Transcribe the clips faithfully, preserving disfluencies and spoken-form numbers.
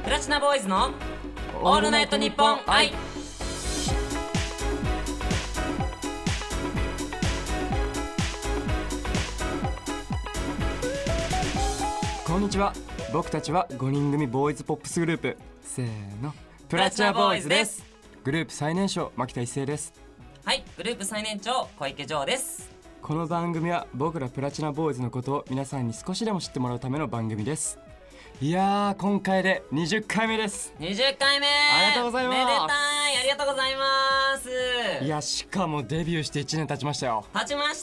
プラチナボーイズのオールナイトニッポン愛。 こんにちは。僕たちはごにん組ボーイズポップスグループ、せーの、プラチナボーイズです。グループ最年少、牧田一成です。 はい、グループ最年長、小池城です。 この番組は僕らプラチナボーイズのことを皆さんに少しでも知ってもらうための番組です。いやー、今回でにじゅっかいめです。 にじゅっかいめ、 ありがとうございます。 めでたい、ありがとうございます。 いや、しかもデビューしていちねん経ちましたよ。 経ちました。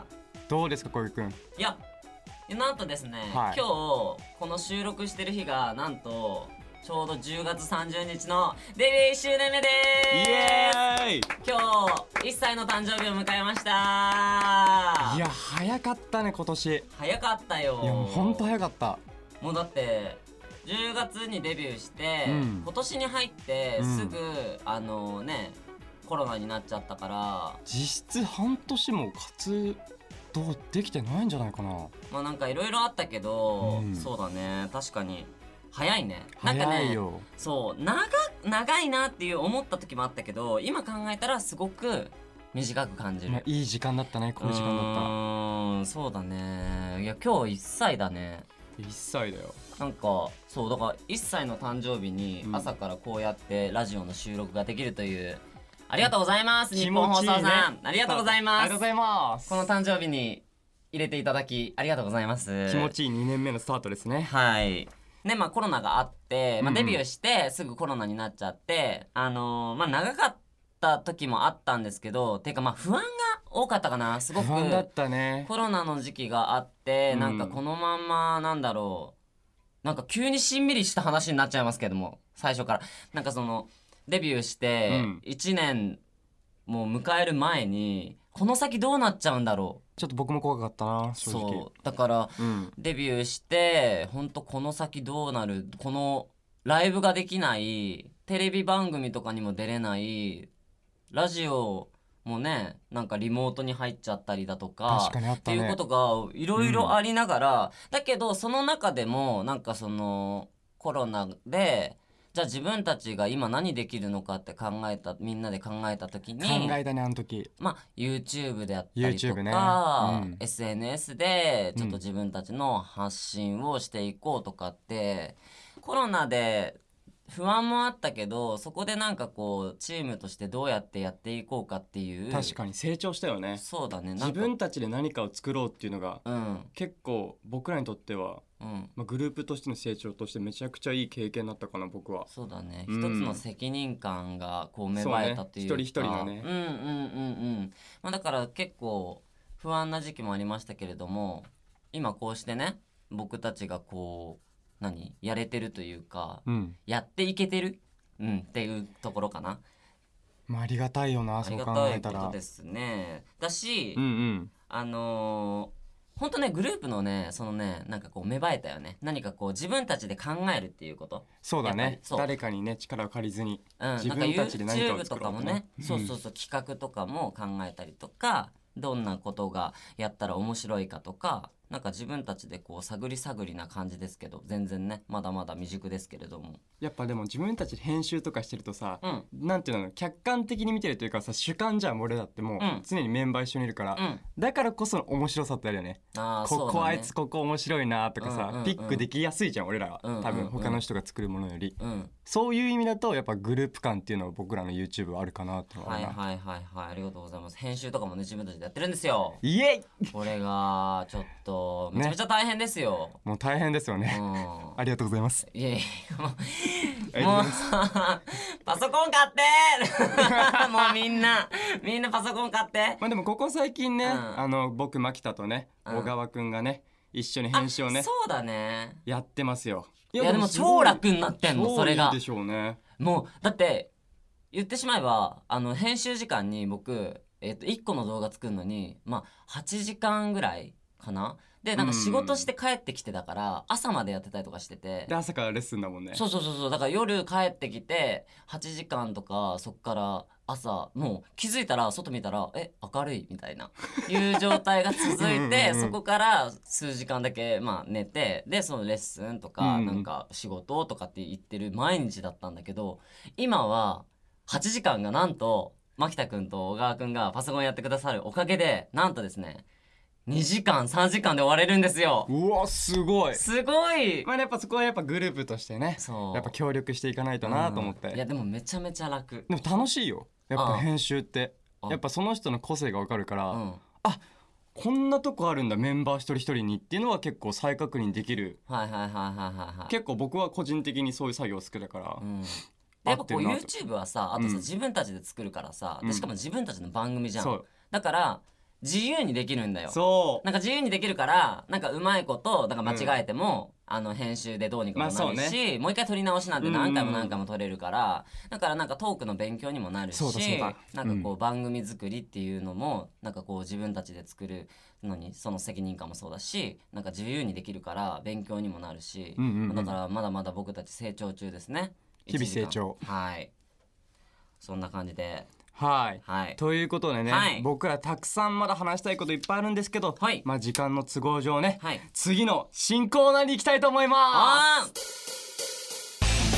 どうですか、小池くん。 いや、なんとですね、はい、今日この収録してる日がなんとちょうどじゅうがつさんじゅうにちのデビューいっしゅうねんめでーす。 イエーイ。 今日いっさいの誕生日を迎えました。 いや、早かったね、今年。 早かったよ。 いや、もうほんと早かった。 もうだってじゅうがつにデビューして、うん、今年に入ってすぐ、うん、あのねコロナになっちゃったから、 実質半年も活動できてないんじゃないかな。 まあなんかいろいろあったけど、うん、そうだね、確かに早いね。なんかね、 早いよ。 そう長長いなっていう思った時もあったけど、今考えたらすごく短く感じる。 まあ、いい時間だったね、この時間だった。うーん、そうだね。いや、今日いっさいだね。 いっさいだよ。 なんかそうだからいっさいの誕生日に朝からこうやってラジオの収録ができるという、うん、ありがとうございます。日本放送さん、ね、ありがとうございます。 ありがとうございます。 この誕生日に入れていただきありがとうございます。 気持ちいいにねんめのスタートですね。 はいね。まあコロナがあって、まあ、デビューしてすぐコロナになっちゃって、うんうん、あのー、まあ長かった時もあったんですけど、ていうかまあ不安が多かったかな。すごく不安だったね。 コロナの時期があって、うん、なんかこのまんまなんだろう、なんか急にしんみりした話になっちゃいますけども、最初からなんかそのデビューしていちねんもう迎える前に、この先どうなっちゃうんだろう。 ちょっと僕も怖かったな、正直。 そうだから、うん、デビューして本当この先どうなる、このライブができない、テレビ番組とかにも出れない、ラジオもねなんかリモートに入っちゃったりだとか、 確かにあったね、 っていうことがいろいろありながら、うん、だけどその中でもなんかそのコロナでじゃあ自分たちが今何できるのかって考えた、みんなで考えた時に、 考えたね、あの時。 まあ YouTube であったりとか、 YouTube ね、うん、 エスエヌエス でちょっと自分たちの発信をしていこうとかって、うん、コロナで不安もあったけど、そこでなんかこうチームとしてどうやってやっていこうかっていう、 確かに成長したよね。 そうだね、なんか自分たちで何かを作ろうっていうのが、うん、結構僕らにとっては、うんまあ、グループとしての成長としてめちゃくちゃいい経験だったかな、僕は。 そうだね、うん、一つの責任感がこう芽生えたっていうか、 そうね、一人一人のね、 うんうんうんうん、まあ、だから結構不安な時期もありましたけれども、今こうしてね僕たちがこう何やれてるというか、うん、やっていけてる、うん、っていうところかな。 まあ、ありがたいよな、そう考えたら。 ありがたいことですね。だし、 うんうん、 あのー、ほんとねグループのねそのねなんかこう芽生えたよね。何かこう自分たちで考えるっていうこと。 そうだね。誰かにね力を借りずに、うん、自分たちで何かを作ろう、ね、 YouTube とかもね、うん、そうそうそう、企画とかも考えたりとか、どんなことがやったら面白いかとか、なんか自分たちでこう探り探りな感じですけど、全然ねまだまだ未熟ですけれども、 やっぱでも自分たちで編集とかしてるとさ、うん、なんていうの、客観的に見てるというかさ、主観じゃん俺だってもう、うん、常にメンバー一緒にいるから、うん、だからこその面白さってあるよね。あここ、ね、あいつここ面白いなとかさ、うんうんうん、ピックできやすいじゃん俺らは、うんうんうん、多分他の人が作るものより、うん、そういう意味だとやっぱグループ感っていうのは僕らの YouTube はあるかなって思うな。 はいはいはいはい、ありがとうございます。編集とかもね自分たちでやってるんですよ。 イエイ。 これがちょっとめちゃめちゃ大変ですよ、ね、 もう大変ですよね、うん、ありがとうございます。 いえいえ、もうパソコン買ってもうみんなみんなパソコン買って。 まあでもここ最近ね、うん、あの僕牧田とね、うん、小川くんがね一緒に編集をね、 そうだね、 やってますよ。 いやでも超楽になってんの、それがいいでしょうね。 もうだって言ってしまえば、あの編集時間に僕、えー、といっこの動画作るのにまあはちじかんぐらいかな。 でなんか仕事して帰ってきてだから朝までやってたりとかしてて、 で朝からレッスンだもんね。 そうそうそうそう、だから夜帰ってきてはちじかんとか、そっから朝もう気づいたら外見たらえ明るいみたいないう状態が続いてうんうん、うん、そこから数時間だけまあ寝て、でそのレッスンとか、うん、なんか仕事とかって言ってる毎日だったんだけど、今ははちじかんがなんと牧田くんと小川くんがパソコンやってくださるおかげでなんとですねにじかんさんじかんで終われるんですよ。 うわすごいすごい。 まあやっぱそこはやっぱグループとしてね、やっぱ協力していかないとなと思って、 うん、いやでもめちゃめちゃ楽。 でも楽しいよやっぱ編集って。やっぱその人の個性が分かるから、うん、あこんなとこあるんだメンバー一人一人にっていうのは結構再確認できる。 はいはいはいはいはい。 結構僕は個人的にそういう作業好きだから、うん、 やっぱこう YouTube はさあとさ、うん、自分たちで作るからさ、でしかも自分たちの番組じゃん、うん、だから自由にできるんだよ。そうなんか自由にできるからなんかうまいことなんか間違えても、うん、あの編集でどうにかもなるし、まあね、もう一回撮り直しなんて何回も何回も撮れるから、うんうん、だからなんかトークの勉強にもなるし、そうだそうだ、なんかこう番組作りっていうのもなんかこう自分たちで作るのにその責任感もそうだし、なんか自由にできるから勉強にもなるし、うんうんうん、だからまだまだ僕たち成長中ですね。 日々成長。 はい、そんな感じで。 はい、はい、ということでね、はい、僕らたくさんまだ話したいこといっぱいあるんですけど、はい、まあ時間の都合上ね、はい、次の新コーナーに行きたいと思います。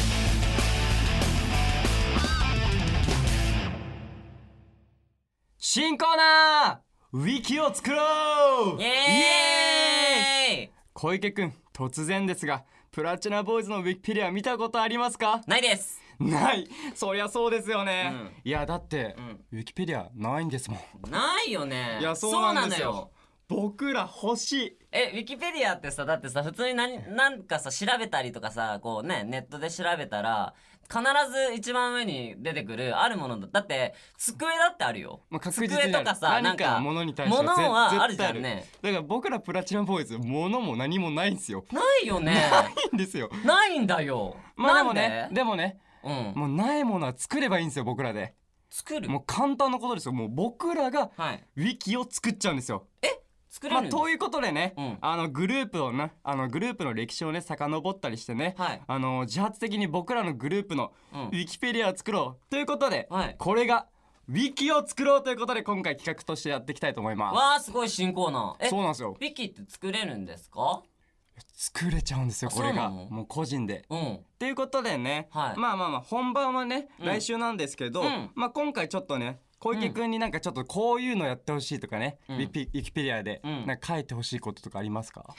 新コーナーウィキを作ろう。イエーイ、イエーイ。小池くん突然ですがプラチナボーイズのウィキペディア見たことありますか？ ないです。 ない。そりゃそうですよね、うん、いやだって、うん、ウィキペディアないんですもん。 ないよね。 いやそうなんですよ。僕ら欲しい。 えウィキペディアってさ、だってさ普通に何なんかさ調べたりとかさこうねネットで調べたら必ず一番上に出てくるあるものだ。だって机だってあるよ、 まあ、確実に机とかさ何か物に対しては物はあるじゃんね。 だから僕らプラチナボーイズ物も何もないんですよ。 ないよね。 ないんですよ。 ないんだよ。 まあでもねでもね、うん、もうないものは作ればいいんですよ。僕らで作る。 もう簡単なことですよ。もう僕らがウィキを作っちゃうんですよ。 え作れるんです。 まあ、ということでね、うん、あのグループをねあのグループの歴史をね遡ったりしてね、はい、あの自発的に僕らのグループのウィキペディアを作ろうということで、はい、これがウィキを作ろうということで今回企画としてやっていきたいと思います。 わーすごい新コーナー。 そうなんですよ。 ウィキって作れるんですか？ 作れちゃうんですよこれがもう個人で。うんっていうことでね、はい、まあまあまあ本番はね、うん、来週なんですけど、うん、まあ今回ちょっとね小池くんになんかちょっとこういうのやってほしいとかね、うん、ウィキペディアでなんか書いてほしいこととかありますか？うん、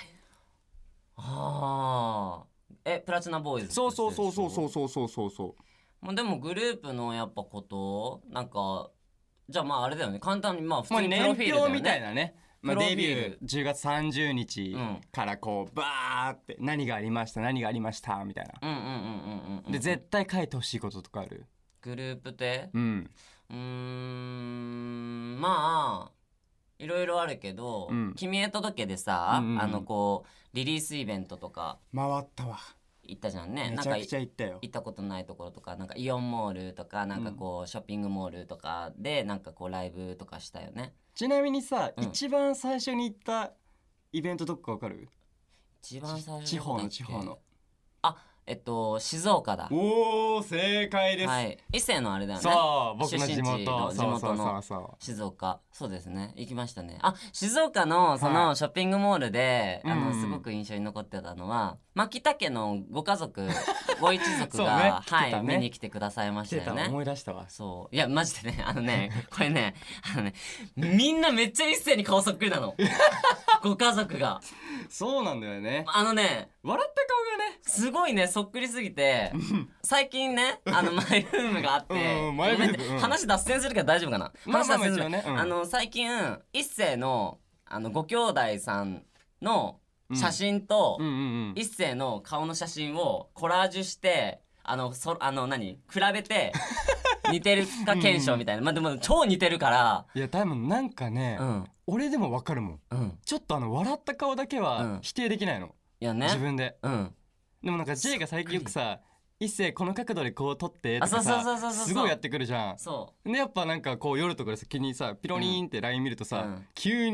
あえプラチナボーイズ。 そうそうそうそうそうそうそうそうそう。 まあでもグループのやっぱことなんかじゃあまああれだよね、簡単にまあ普通にプロフィールだよね、 年表みたいなね。まあ、デビューじゅうがつさんじゅうにちからこうバーって何がありました何がありましたみたいな。で絶対書いてほしいこととかある？ グループでうんうーんまあいろいろあるけど、うん、君へ届けでさ、うんうんうん、あのこうリリースイベントとか回ったわ。 行ったじゃんね。 めちゃくちゃ行ったよ。 行ったことないところとかなんかイオンモールとかなんかこう、うん、ショッピングモールとかでなんかこうライブとかしたよね。 ちなみにさ、うん、一番最初に行ったイベントどこかわかる？ 一番最初地方の地方のあえっと静岡だ。 おー正解です。 はい伊勢のあれだよね。 そう僕の地元の地元の静岡。そうですね行きましたね。あ静岡のそのショッピングモールで、はい、あのすごく印象に残ってたのは、うん、牧田家のご家族ご一族が、ねはい、見に来てくださいましたよね。 思い出したわ。 そういやマジでねあのねこれねあのねみんなめっちゃ一斉に顔そっくりなのご家族が。 そうなんだよね。 あのね笑った顔がねすごいねそっくりすぎて最近ねあのマイブームがあって、うん、マイブーム、うん、話脱線するけど大丈夫かな。話脱線する、ねうん、あの最近一世のあのご兄弟さんの写真と、うんうんうんうん、一世の顔の写真をコラージュしてあのそあの何比べて似てるか検証みたいな、うん、まあでも超似てるから。 いや多分なんかね、うん、俺でも分かるもん、うん、ちょっとあの笑った顔だけは否定できないの、うん、いやね自分で、うん、でもなんか J が最近よくさ一世この角度でこう撮ってとかさすごいやってくるじゃん。そうでやっぱなんかこう夜とかで先にさピロリーンって ライン 見るとさ、うん、急に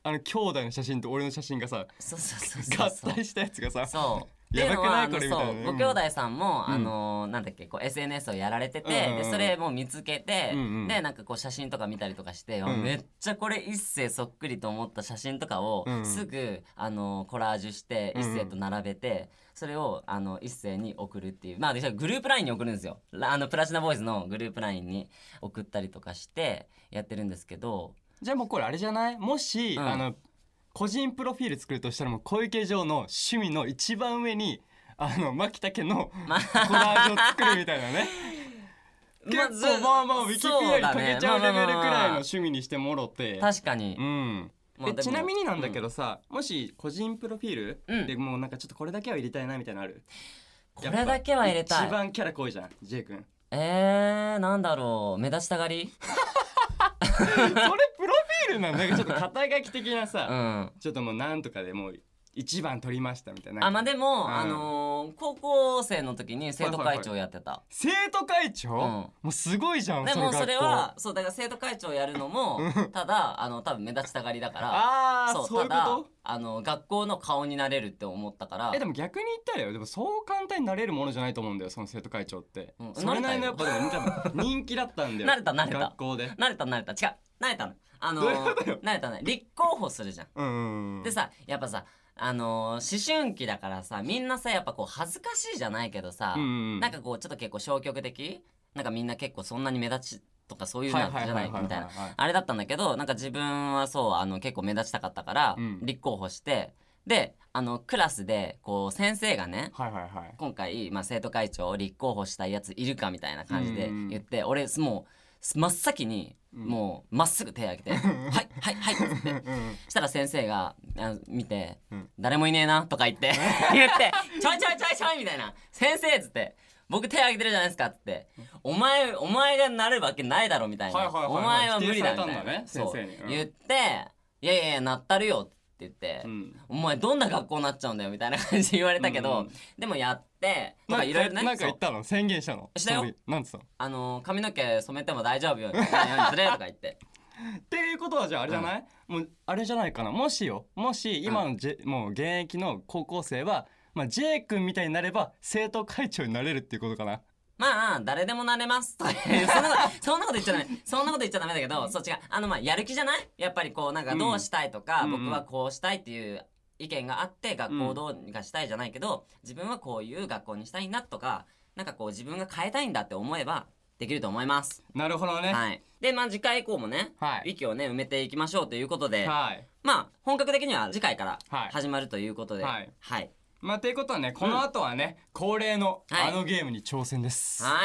あの兄弟の写真と俺の写真がさそうそうそうそう合体したやつがさそうやばくないこれみたいな、 そうご兄弟さんも、うん、あのー、なんだっけこう エスエヌエス をやられてて、うんうん、でそれも見つけて、うんうん、でなんかこう写真とか見たりとかして、うん、めっちゃこれ一世そっくりと思った写真とかを、うん、すぐあのー、コラージュして一世と並べて、うん、それをあの一世に送るっていうまあグループ ライン に送るんですよ。あのプラチナボーイズのグループ ライン に送ったりとかしてやってるんですけど、 じゃあもうこれあれじゃない？もし、うん、あの個人プロフィール作るとしたらもう小池城の趣味の一番上にあの牧田家のコラージュを作るみたいなね結構まあまあウィキペディアにかけちゃうレベルくらいの趣味にしてもろて、 確かに、 うん、えちなみになんだけどさ、うん、もし個人プロフィール、うん、でもうなんかちょっとこれだけは入れたいなみたいなのある？ これだけは入れたい。 一番キャラ濃いじゃん J 君。 えー、なんだろう、目立ちたがりそれプロフィールなんだけどちょっと肩書き的なさ、うん、ちょっともうなんとかでもう一番取りましたみたいな。 あまあでも、うん、あのー、高校生の時に生徒会長やってた、はいはいはい、 生徒会長、うん、もうすごいじゃん。 でもそれはそうだから生徒会長やるのもただあの多分目立ちたがりだからあそうそういうこと。 ただあの学校の顔になれるって思ったから。 えでも逆に言ったらよ、でもそう簡単になれるものじゃないと思うんだよその生徒会長って、うん、それなりのやっぱでも人気だったんだよ慣れた慣れた学校で慣れた慣れた違う慣れたのあのー、慣れたね立候補するじゃん、うんうんうん、でさやっぱさあのー、思春期だからさみんなさやっぱこう恥ずかしいじゃないけどさ、うんうん、なんかこうちょっと結構消極的なんかみんな結構そんなに目立ちとかそういうのじゃないみたいなあれだったんだけどなんか自分はそうあの結構目立ちたかったから、うん、立候補してであのクラスでこう先生がね、はいはいはい、今回、まあ、生徒会長を立候補したいやついるかみたいな感じで言って、うんうん、俺もう真っ先にもうまっすぐ手挙げて「はいはいはい」っつって、うん、したら先生が見て、うん、誰もいねえなとか言って言って「ちょいちょいちょいちょい」みたいな「先生」っつって「僕手挙げてるじゃないですか」っつって「お前お前がなるわけないだろ」みたいな、はいはいはいはい、お前は無理だみたいな、ね、そう、うん、言って「いやいやいやなったるよ」って言って、うん、お前どんな学校になっちゃうんだよみたいな感じで言われたけど、うん、でもやってとかいろいろねなんか言ったの宣言したのしたよなんつったのあの髪の毛染めても大丈夫よみたいなようにすれとか言ってっていうことはじゃああれじゃない、うん、もうあれじゃないかなもしよもし今の、J うん、もう現役の高校生は、まあ、J 君みたいになれば生徒会長になれるっていうことかな。 まあ誰でもなれますとかそんなそんなこと言っちゃダメそんなこと言っちゃダメだけどそう違うあのまあやる気じゃないやっぱりこうなんかどうしたいとか、うん、僕はこうしたいっていう意見があって学校をどうにかしたいじゃないけど、うん、自分はこういう学校にしたいなとかなんかこう自分が変えたいんだって思えばできると思います。 なるほどね、 はい、でまあ次回以降もね、はい、ウィキをね埋めていきましょうということで、はい、まあ本格的には次回から始まるということで、はい、はい、 まあということはねこの後はね、うん、恒例のあのゲームに挑戦です。 はい、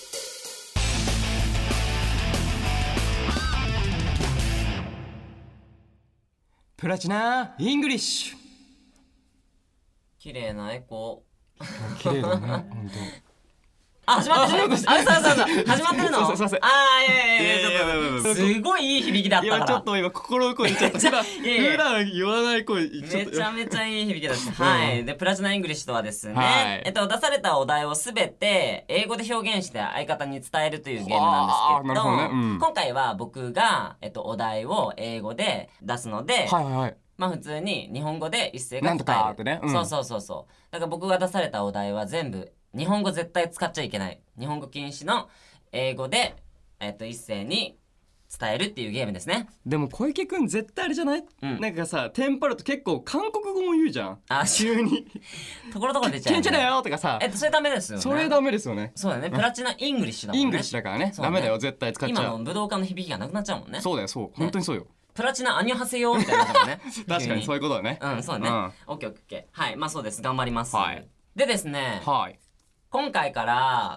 プラチナイングリッシュ。 綺麗なエコー綺麗だね本当。 あ、始まってる。あ、そうそうそう。始まってるの。 そうそうそう。 ああ、いやいやいや、ちょっと。すごいいい響きだったから。 今ちょっと今心の声言っちゃった。普段言わない声言っちゃった。 めちゃめちゃいい響きだった。はい。で、プラチナイングリッシュとはですね、えっと出されたお題をすべて英語で表現して相方に伝えるというゲームなんですけど、今回は僕がえっとお題を英語で出すので、はいはいはい。まあ普通に日本語で一斉が答える。そうそうそうそう。だから僕が出されたお題は全部日本語絶対使っちゃいけない日本語禁止の英語で、えっと、一斉に伝えるっていうゲームですね。 でも小池くん絶対あれじゃない、うん、なんかさテンパると結構韓国語も言うじゃん。あ急にところどころ出ちゃう、ね、 ケンチだよとかさ、 えっとそれダメですよね。 それダメですよね。 そうだねプラチナイングリッシュだもんね。 イングリッシュだから ね, ねダメだよ絶対使っちゃう。今の武道館の響きがなくなっちゃうもんね。 そうだよそう、ね、本当にそうよ。 プラチナアニョハセヨみたいなのね確かにそういうことだね。 うんそうだね、うん、オッケーオッケー。はいまあそうです頑張ります、はい、でですね、はい、今回から、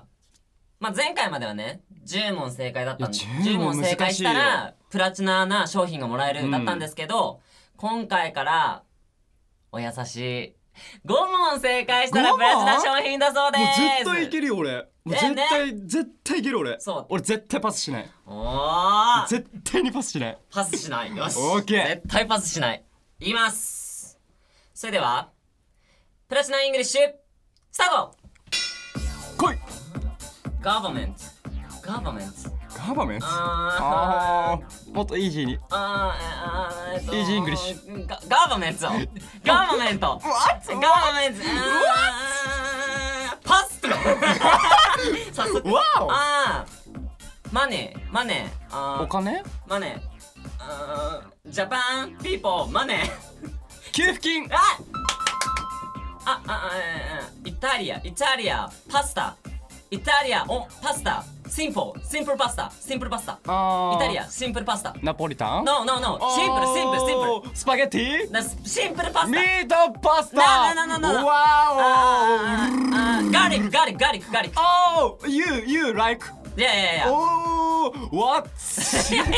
まあ、前回まではねじゅう問正解だったんでじゅう問正解したらプラチナな商品がもらえるだったんですけど、うん、今回からお優しいご問正解したらプラチナ商品だそうです。 もう絶対いけるよ俺。もう絶対、ね、絶対いける俺。そう俺絶対パスしない。お絶対にパスしない。 パスしないよしオッケー絶対パスしない。いきます。それではプラチナイングリッシュスタート。 来い。 ガバメントガバメントガバメント。ああ、もっとイージーに。 あー、えー、えー、 イージーイングリッシュ。ガガバメント。ガバメント。ガバメント。パス。早速。 わお。 あー、マネー、マネー。あー、 お金？ マネー。あー、ジャパンピーポー、マネー。 給付金。 ああ、あ、あ、イタリア、イタリア、パスタ。イタリア、お、パスタ。シンプル、シンプルパスタ、シンプルパスタ。イタリア、シンプルパスタ。 ナポリタン？ No, no, no. シンプル、シンプル、シンプル。 スパゲッティ？ シンプルパスタ。 ミートパスタ。 No, no, no, no. わお。ガーリック、ガーリック、ガーリック、ガーリック。 Oh, you, you like? いやいやいや。 Oh, what? ペペ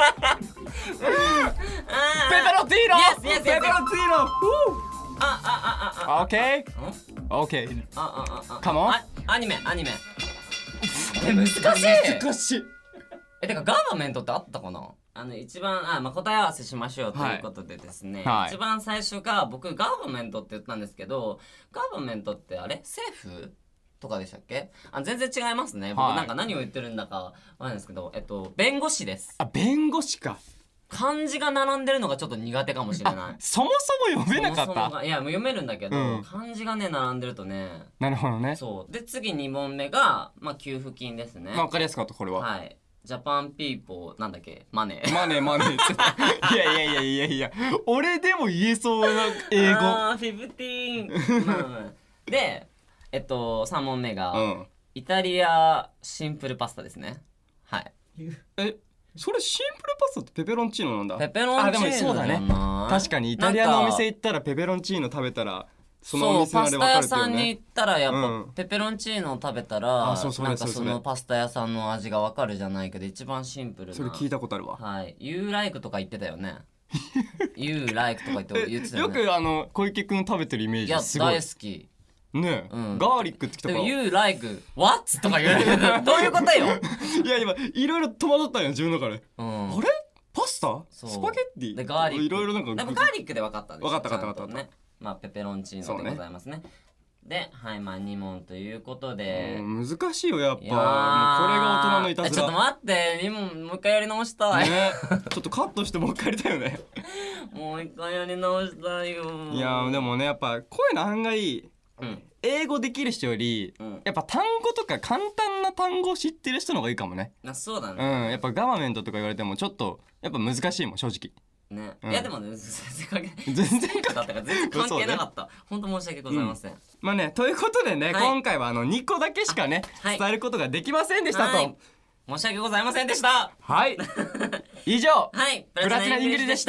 ロティーノ。 Yes, yes, yes. ペペロティーノ。 あ、あ、あ、あ、あ。 Okay, okay. あ、あ、あ、あ。 Come on. アニメ、アニメ。え、難しい。 難しい。 え、てかガバメントってあったかな。あの一番あ、まあ、答え合わせしましょうということでですね、はい、一番最初が僕ガバメントって言ったんですけど、ガバメントってあれ政府とかでしたっけ？あ、全然違いますね。僕なんか何を言ってるんだかわかんないですけど、えっと弁護士です。 あ、弁護士か。 漢字が並んでるのがちょっと苦手かもしれない。 そもそも読めなかった。そもそもいや、もう読めるんだけど、うん、漢字がね並んでるとね。 なるほどね。 そうで、次に問目がまあ給付金ですね。 まあ分かりやすかったこれは。 はい。ジャパンピーポーなんだっけ、マネーマネーマネーっていやいやいやいやいや、俺でも言えそうな英語。 ああ、フィフティーン。まあまあ、で、えっとさん問目が、うん、イタリアシンプルパスタですね。はい。 え、それシンプルパスタってペペロンチーノなんだ。 ペペロンチーノ。あ、でもそうだね。確かにイタリアのお店行ったらペペロンチーノ食べたらそのお店まで分かるっていうね。 パスタ屋さんに行ったらやっぱ、うん、ペペロンチーノを食べたら、 あ、そうそう、 なんかそのパスタ屋さんの味が分かるじゃないけど、一番シンプルな。 それ聞いたことあるわ。 はい。You like とか言ってたよね。You like とか言って言ってたよね。 よくあの小池くん食べてるイメージすごい。 いや、大好き。 ねえ、うん、ガーリックってきたから。 You like what とか言われる。どういうことよ。 いや今いろいろ戸惑ったんよ自分の中で。うん、あれパスタ？スパゲッティ？ でガーリック。 いろいろなんか。 でもガーリックで分かったんですよ。 分かった分かった分かった。 ね。まあペペロンチーノでございますね。で、はい、まあに問ということで、 難しいよやっぱ。もうこれが大人のいたずら。 ちょっと待って、に問もう一回やり直したい。 ね、ちょっとカットしてもう一回やりたいよね。 もう一回やり直したいよ。 いやでもね、やっぱこういうの案外、うん、英語できる人より、うん、やっぱ単語とか簡単な単語を知ってる人の方がいいかもね。 あ、そうだね。 うん、やっぱガバメントとか言われてもちょっとやっぱ難しいもん正直。 ね、うん、いやでもね、全然関係ない。全然だったから全然関係なかった。本当申し訳ございません。うん、 まあね、ということでね、はい、今回はあのにこだけしかね、はい、伝えることができませんでしたと。はい、 申し訳ございませんでした。 はい。以上、 はい、 プラチナイングリでした。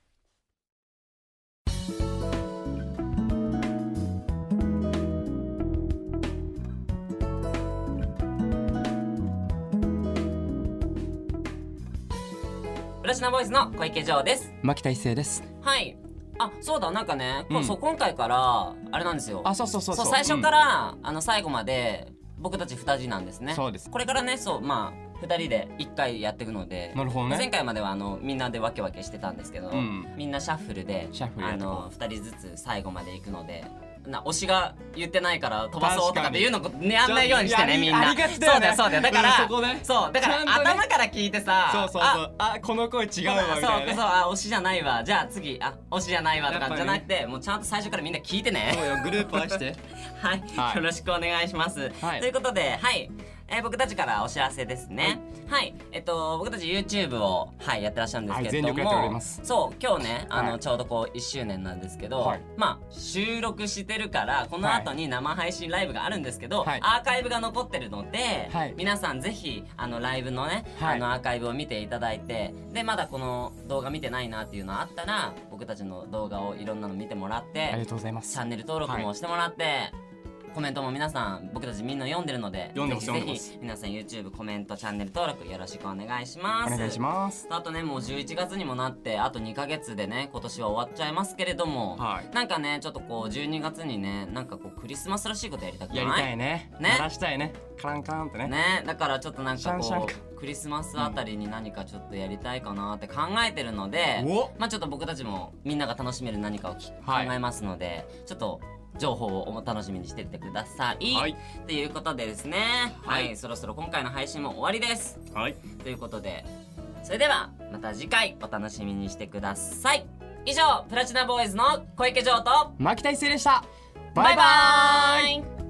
プラチナボーイズの小池城です。 牧田一成です。 はい。あ、そうだ、なんかね、うん、そう今回からあれなんですよ。 あ、そうそうそうそう。 そう、最初から、うん、あの最後まで僕たち二人なんですね。 そうです。 これからね、そうまあ二人で一回やっていくので。 なるほどね。 前回まではあのみんなでわけわけしてたんですけど、うん、みんなシャッフルで、 シャッフルあの二人ずつ最後まで行くので。な推しが言ってないから飛ばそうとかっていうのね、やんないようにしてねみんな。そうだよそうだよ。だから、うんね、そうだから頭から聞いてさ、 そうそうそう、あこの声違うわみたいな、ね、 そうそう、あ推しじゃないわ、じゃあ次あ推しじゃないわとかじゃなくて、ね、もうちゃんと最初からみんな聞いてね。 そうよ、グループ化してはい、はい、よろしくお願いします、はい、ということで、はい、えー、僕たちからお知らせですね。はい、はい、えっと僕たち YouTube を、はい、やってらっしゃるんですけれども、はい、全力やっております。そう今日ね、あの、はい、ちょうどこういっしゅうねんなんですけど、はい、まあ収録してるからこの後に生配信ライブがあるんですけど、はい、アーカイブが残ってるので、はい、皆さんぜひあのライブのね、はい、あのアーカイブを見ていただいて、でまだこの動画見てないなっていうのあったら僕たちの動画をいろんなの見てもらって、 ありがとうございます。 チャンネル登録もしてもらって、はい、コメントも皆さん僕たちみんな読んでるので、 読んでますぜひぜひ皆さん YouTube コメントチャンネル登録よろしくお願いします。 お願いします。 あとね、もうじゅういちがつにもなってあとにかげつでね今年は終わっちゃいますけれども、はい、なんかねちょっとこうじゅうにがつにねなんかこうクリスマスらしいことやりたくない？ やりたいね。ね、鳴らしたいね。カランカランってね。 ね、だからちょっとなんかこうクリスマスあたりに何かちょっとやりたいかなって考えてるので、うん、まあちょっと僕たちもみんなが楽しめる何かを、はい、考えますので、ちょっと情報をお楽しみにしていてください。はい、ということでですね、はい、はい、そろそろ今回の配信も終わりです。はい、ということでそれではまた次回お楽しみにしてください。以上プラチナボーイズの小池城と牧田一成でした。 バイバーイ。